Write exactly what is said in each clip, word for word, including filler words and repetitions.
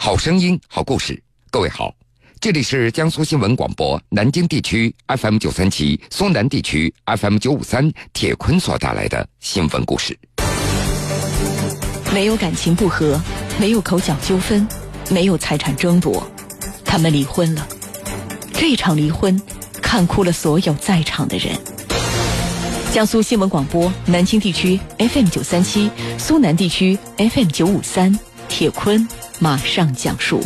好声音，好故事。各位好，这里是江苏新闻广播南京地区 F M 九三七，苏南地区 F M 九五三，铁坤所带来的新闻故事。 没有感情不和，没有口角纠纷，没有财产争夺，他们离婚了。这场离婚看哭了所有在场的人。江苏新闻广播南京地区 F M 九三七，苏南地区 F M 九五三，铁坤马上讲述。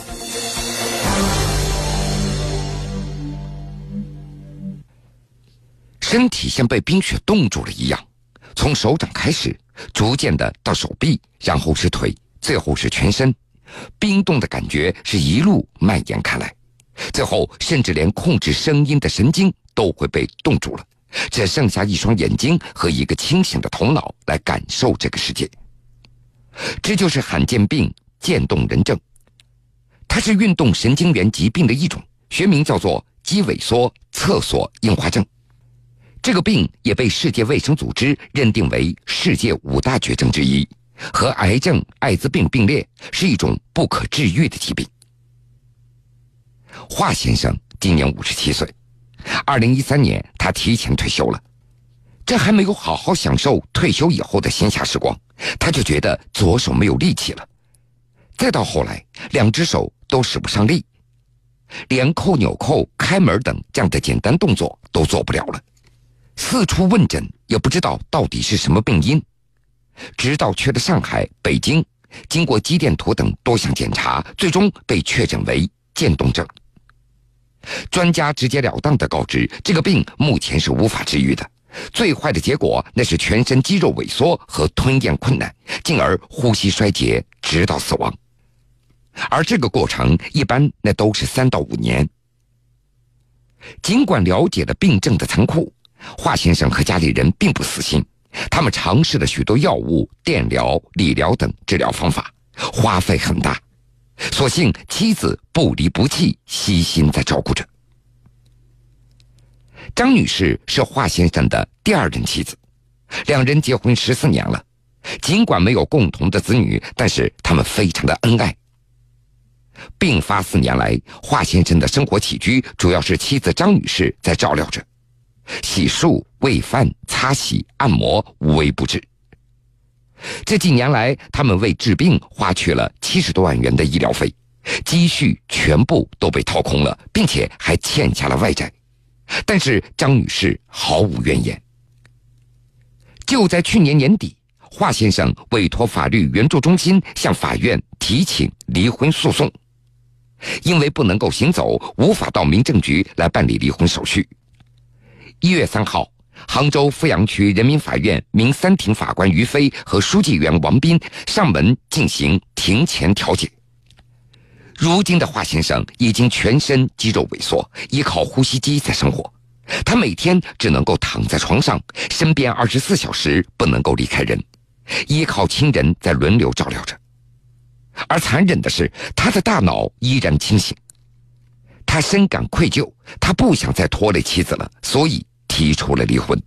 身体像被冰雪冻住了一样，从手掌开始，逐渐的到手臂，然后是腿，最后是全身，冰冻的感觉是一路蔓延开来，最后甚至连控制声音的神经都会被冻住了，只剩下一双眼睛和一个清醒的头脑来感受这个世界。这就是罕见病渐冻人症，它是运动神经元疾病的一种，学名叫做肌萎缩侧索硬化症。这个病也被世界卫生组织认定为世界五大绝症之一，和癌症、艾滋病并列，是一种不可治愈的疾病。华先生今年五十七岁，二零一三年他提前退休了。这还没有好好享受退休以后的闲暇时光，他就觉得左手没有力气了。再到后来，两只手都使不上力，连扣纽扣、开门等这样的简单动作都做不了了。四处问诊，也不知道到底是什么病因，直到去了上海、北京，经过肌电图等多项检查，最终被确诊为渐冻症。专家直截了当地告知，这个病目前是无法治愈的，最坏的结果那是全身肌肉萎缩和吞咽困难，进而呼吸衰竭，直到死亡。而这个过程一般那都是三到五年。尽管了解了病症的残酷，华先生和家里人并不死心，他们尝试了许多药物、电疗、理疗等治疗方法，花费很大。所幸妻子不离不弃，悉心在照顾着。张女士是华先生的第二任妻子，两人结婚十四年了，尽管没有共同的子女，但是他们非常的恩爱。病发四年来，华先生的生活起居主要是妻子张女士在照料着，洗漱、喂饭、擦洗、按摩无微不至。这几年来，他们为治病花去了七十多万元的医疗费，积蓄全部都被掏空了，并且还欠下了外债。但是张女士毫无怨言。就在去年年底，华先生委托法律援助中心向法院提请离婚诉讼，因为不能够行走，无法到民政局来办理离婚手续。一月三号，杭州富阳区人民法院民三庭法官于飞和书记员王斌上门进行庭前调解。如今的华先生已经全身肌肉萎缩，依靠呼吸机在生活，他每天只能够躺在床上，身边二十四小时不能够离开人，依靠亲人在轮流照料着。而残忍的是，他的大脑依然清醒。他深感愧疚，他不想再拖累妻子了，所以提出了离婚。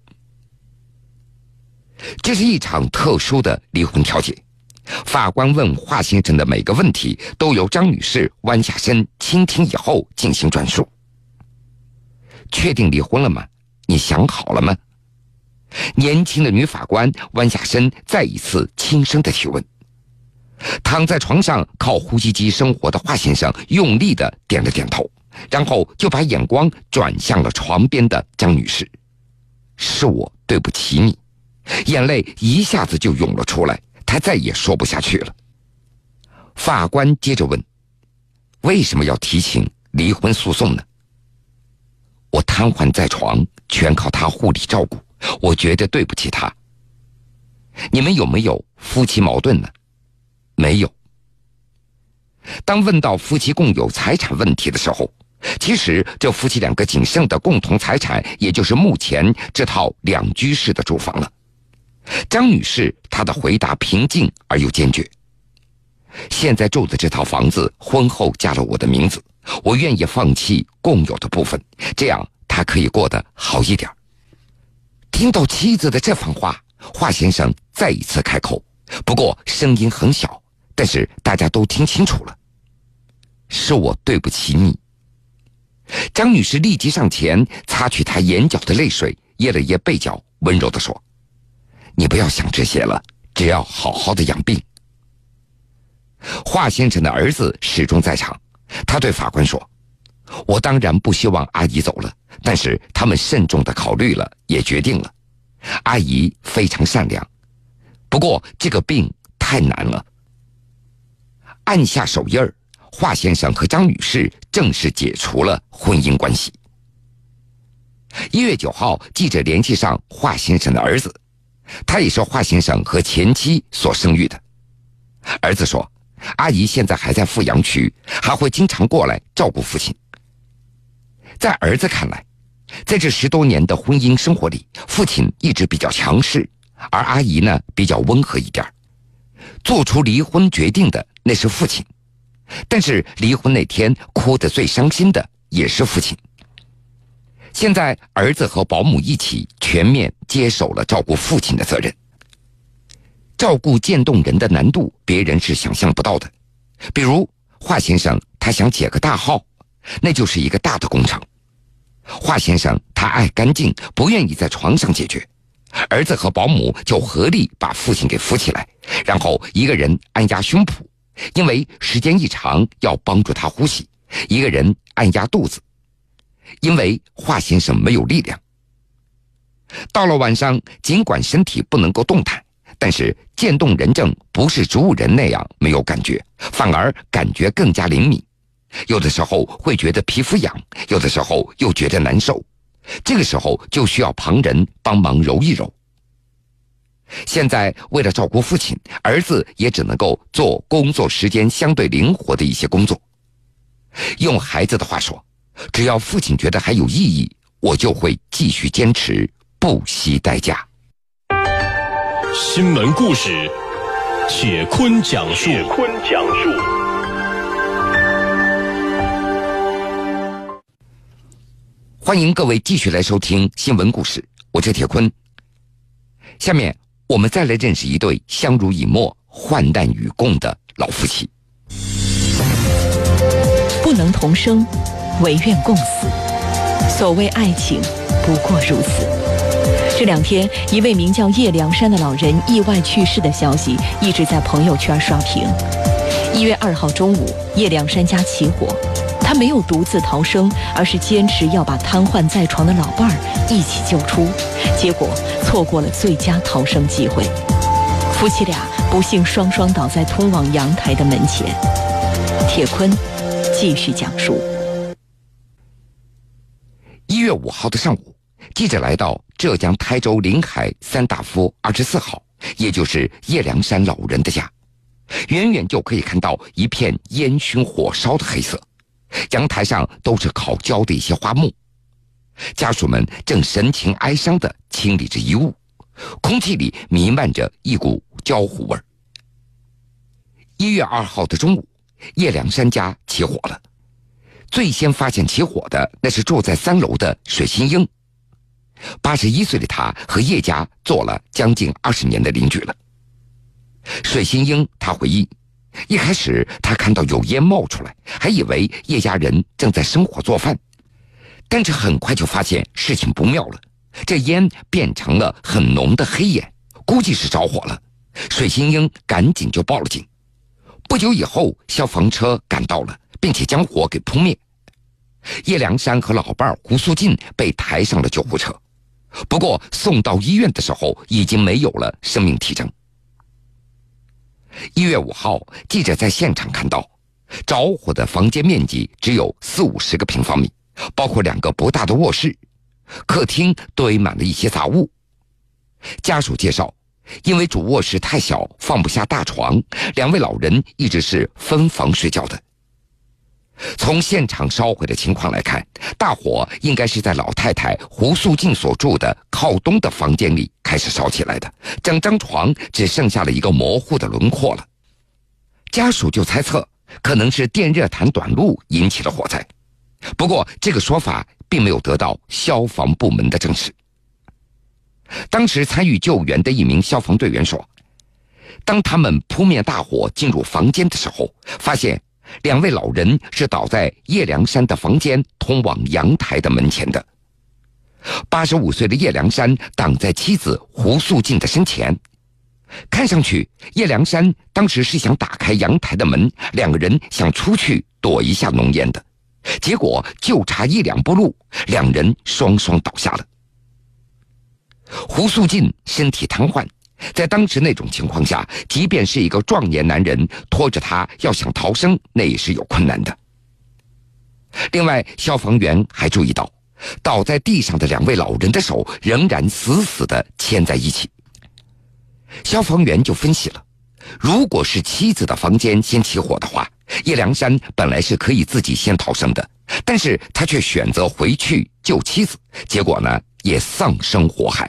这是一场特殊的离婚调解，法官问华先生的每个问题都由张女士弯下身倾听以后进行转述。确定离婚了吗？你想好了吗？年轻的女法官弯下身再一次轻声的提问。躺在床上靠呼吸机生活的华先生用力的点了点头，然后就把眼光转向了床边的张女士。是我对不起你，眼泪一下子就涌了出来，他再也说不下去了。法官接着问，为什么要提请离婚诉讼呢？我瘫痪在床，全靠他护理照顾，我觉得对不起他。你们有没有夫妻矛盾呢？没有。当问到夫妻共有财产问题的时候，其实这夫妻两个仅剩的共同财产，也就是目前这套两居室的住房了。张女士她的回答平静而又坚决。现在住的这套房子婚后加了我的名字，我愿意放弃共有的部分，这样她可以过得好一点。听到妻子的这番话，华先生再一次开口，不过声音很小，但是大家都听清楚了。 是我对不起你。”张女士立即上前擦去她眼角的泪水，掖了掖背角，温柔地说：“你不要想这些了，只要好好的养病。”华先生的儿子始终在场，他对法官说：“我当然不希望阿姨走了，但是他们慎重地考虑了，也决定了。阿姨非常善良，不过这个病太难了。”按下手印儿，华先生和张女士正式解除了婚姻关系。一月九号，记者联系上华先生的儿子，他也是华先生和前妻所生育的。儿子说，阿姨现在还在富阳区，还会经常过来照顾父亲。在儿子看来，在这十多年的婚姻生活里，父亲一直比较强势，而阿姨呢比较温和一点。做出离婚决定的那是父亲，但是离婚那天哭得最伤心的也是父亲。现在儿子和保姆一起全面接手了照顾父亲的责任。照顾渐冻人的难度，别人是想象不到的。比如华先生他想解个大号，那就是一个大的工程。华先生他爱干净，不愿意在床上解决，儿子和保姆就合力把父亲给扶起来，然后一个人按压胸脯，因为时间一长要帮助他呼吸，一个人按压肚子，因为华先生没有力量。到了晚上，尽管身体不能够动弹，但是渐冻人症不是植物人那样没有感觉，反而感觉更加灵敏。有的时候会觉得皮肤痒，有的时候又觉得难受，这个时候就需要旁人帮忙揉一揉。现在为了照顾父亲，儿子也只能够做工作时间相对灵活的一些工作。用孩子的话说，只要父亲觉得还有意义，我就会继续坚持，不惜代价。 新闻故事，铁坤讲述。铁坤讲述。 欢迎各位继续来收听新闻故事，我是铁坤。下面我们再来认识一对相濡以沫、患难与共的老夫妻。 不能同生，唯愿共死。所谓爱情，不过如此。这两天，一位名叫叶良山的老人意外去世的消息一直在朋友圈刷屏。一月二号中午，叶良山家起火，他没有独自逃生，而是坚持要把瘫痪在床的老伴儿一起救出，结果错过了最佳逃生机会。夫妻俩不幸双双倒在通往阳台的门前。铁坤继续讲述。 一月五号的上午，记者来到浙江台州临海三大夫二十四号，也就是叶良山老人的家。远远就可以看到一片烟熏火烧的黑色，阳台上都是烤焦的一些花木。家属们正神情哀伤地清理着遗物，空气里弥漫着一股焦糊味儿。一月二号的中午，叶良山家起火了。最先发现起火的那是住在三楼的水新英。八十一岁的他和叶家做了将近二十年的邻居了。水新英他回忆，一开始他看到有烟冒出来，还以为叶家人正在生火做饭，但是很快就发现事情不妙了，这烟变成了很浓的黑烟，估计是着火了。水新英赶紧就报了警。不久以后，消防车赶到了，并且将火给扑灭。叶良山和老伴胡素进被抬上了救护车，不过送到医院的时候已经没有了生命体征。一月五号，记者在现场看到，着火的房间面积只有四五十个平方米，包括两个不大的卧室，客厅堆满了一些杂物。家属介绍，因为主卧室太小，放不下大床，两位老人一直是分房睡觉的。从现场烧毁的情况来看，大火应该是在老太太胡素静所住的靠东的房间里开始烧起来的，整张床只剩下了一个模糊的轮廓了。家属就猜测，可能是电热毯短路引起了火灾。不过这个说法并没有得到消防部门的证实。当时参与救援的一名消防队员说，当他们扑灭大火进入房间的时候，发现两位老人是倒在叶良山的房间通往阳台的门前的。八十五岁的叶良山挡在妻子胡素静的身前，看上去叶良山当时是想打开阳台的门，两个人想出去躲一下浓烟的，结果就差一两步路，两人双双倒下了。胡素静身体瘫痪，在当时那种情况下，即便是一个壮年男人拖着他要想逃生，那也是有困难的。另外，消防员还注意到，倒在地上的两位老人的手仍然死死地牵在一起。消防员就分析了，如果是妻子的房间先起火的话，叶良山本来是可以自己先逃生的，但是他却选择回去救妻子，结果呢，也丧生火海。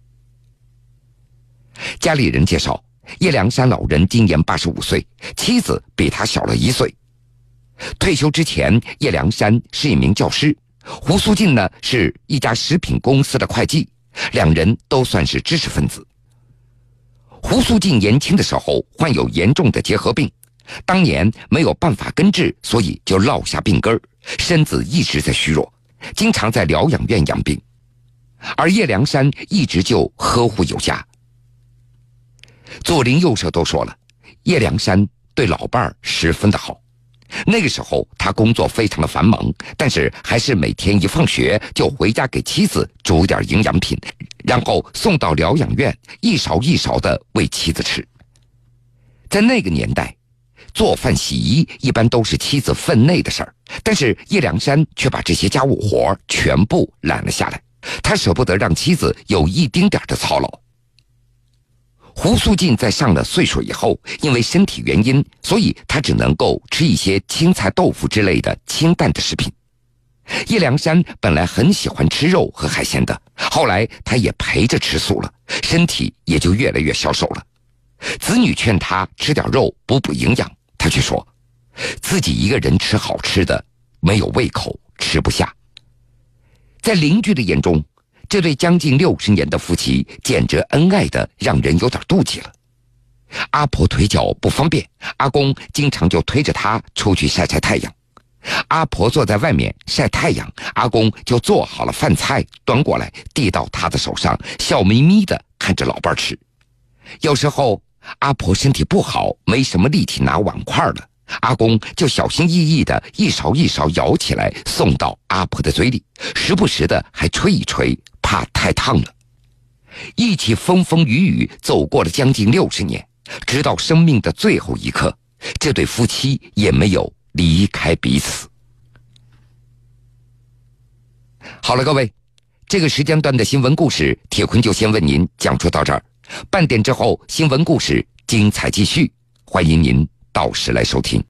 家里人介绍，叶良山老人今年八十五岁，妻子比他小了一岁。退休之前，叶良山是一名教师，胡素静呢是一家食品公司的会计，两人都算是知识分子。胡素静年轻的时候患有严重的结核病，当年没有办法根治，所以就落下病根，身子一直在虚弱，经常在疗养院养病。而叶良山一直就呵护有加。左邻右舍都说了，叶良山对老伴儿十分的好。那个时候他工作非常的繁忙，但是还是每天一放学就回家给妻子煮点营养品，然后送到疗养院，一勺一勺的喂妻子吃。在那个年代，做饭洗衣一般都是妻子分内的事儿，但是叶良山却把这些家务活全部揽了下来，他舍不得让妻子有一丁点的操劳。胡素静在上了岁数以后，因为身体原因，所以她只能够吃一些青菜豆腐之类的清淡的食品。叶良山本来很喜欢吃肉和海鲜的，后来他也陪着吃素了，身体也就越来越消瘦了。子女劝他吃点肉补补营养，他却说自己一个人吃好吃的没有胃口，吃不下。在邻居的眼中，这对将近六十年的夫妻简直恩爱的让人有点妒忌了。阿婆腿脚不方便，阿公经常就推着她出去晒晒太阳。阿婆坐在外面晒太阳，阿公就做好了饭菜端过来递到她的手上，笑眯眯的看着老伴吃。有时候阿婆身体不好，没什么力气拿碗筷了，阿公就小心翼翼的一勺一勺舀起来送到阿婆的嘴里，时不时的还吹一吹，怕太烫了。一起风风雨雨走过了将近六十年，直到生命的最后一刻，这对夫妻也没有离开彼此。好了，各位，这个时间段的新闻故事，铁坤就先为您讲述到这儿。半点之后，新闻故事精彩继续，欢迎您到时来收听。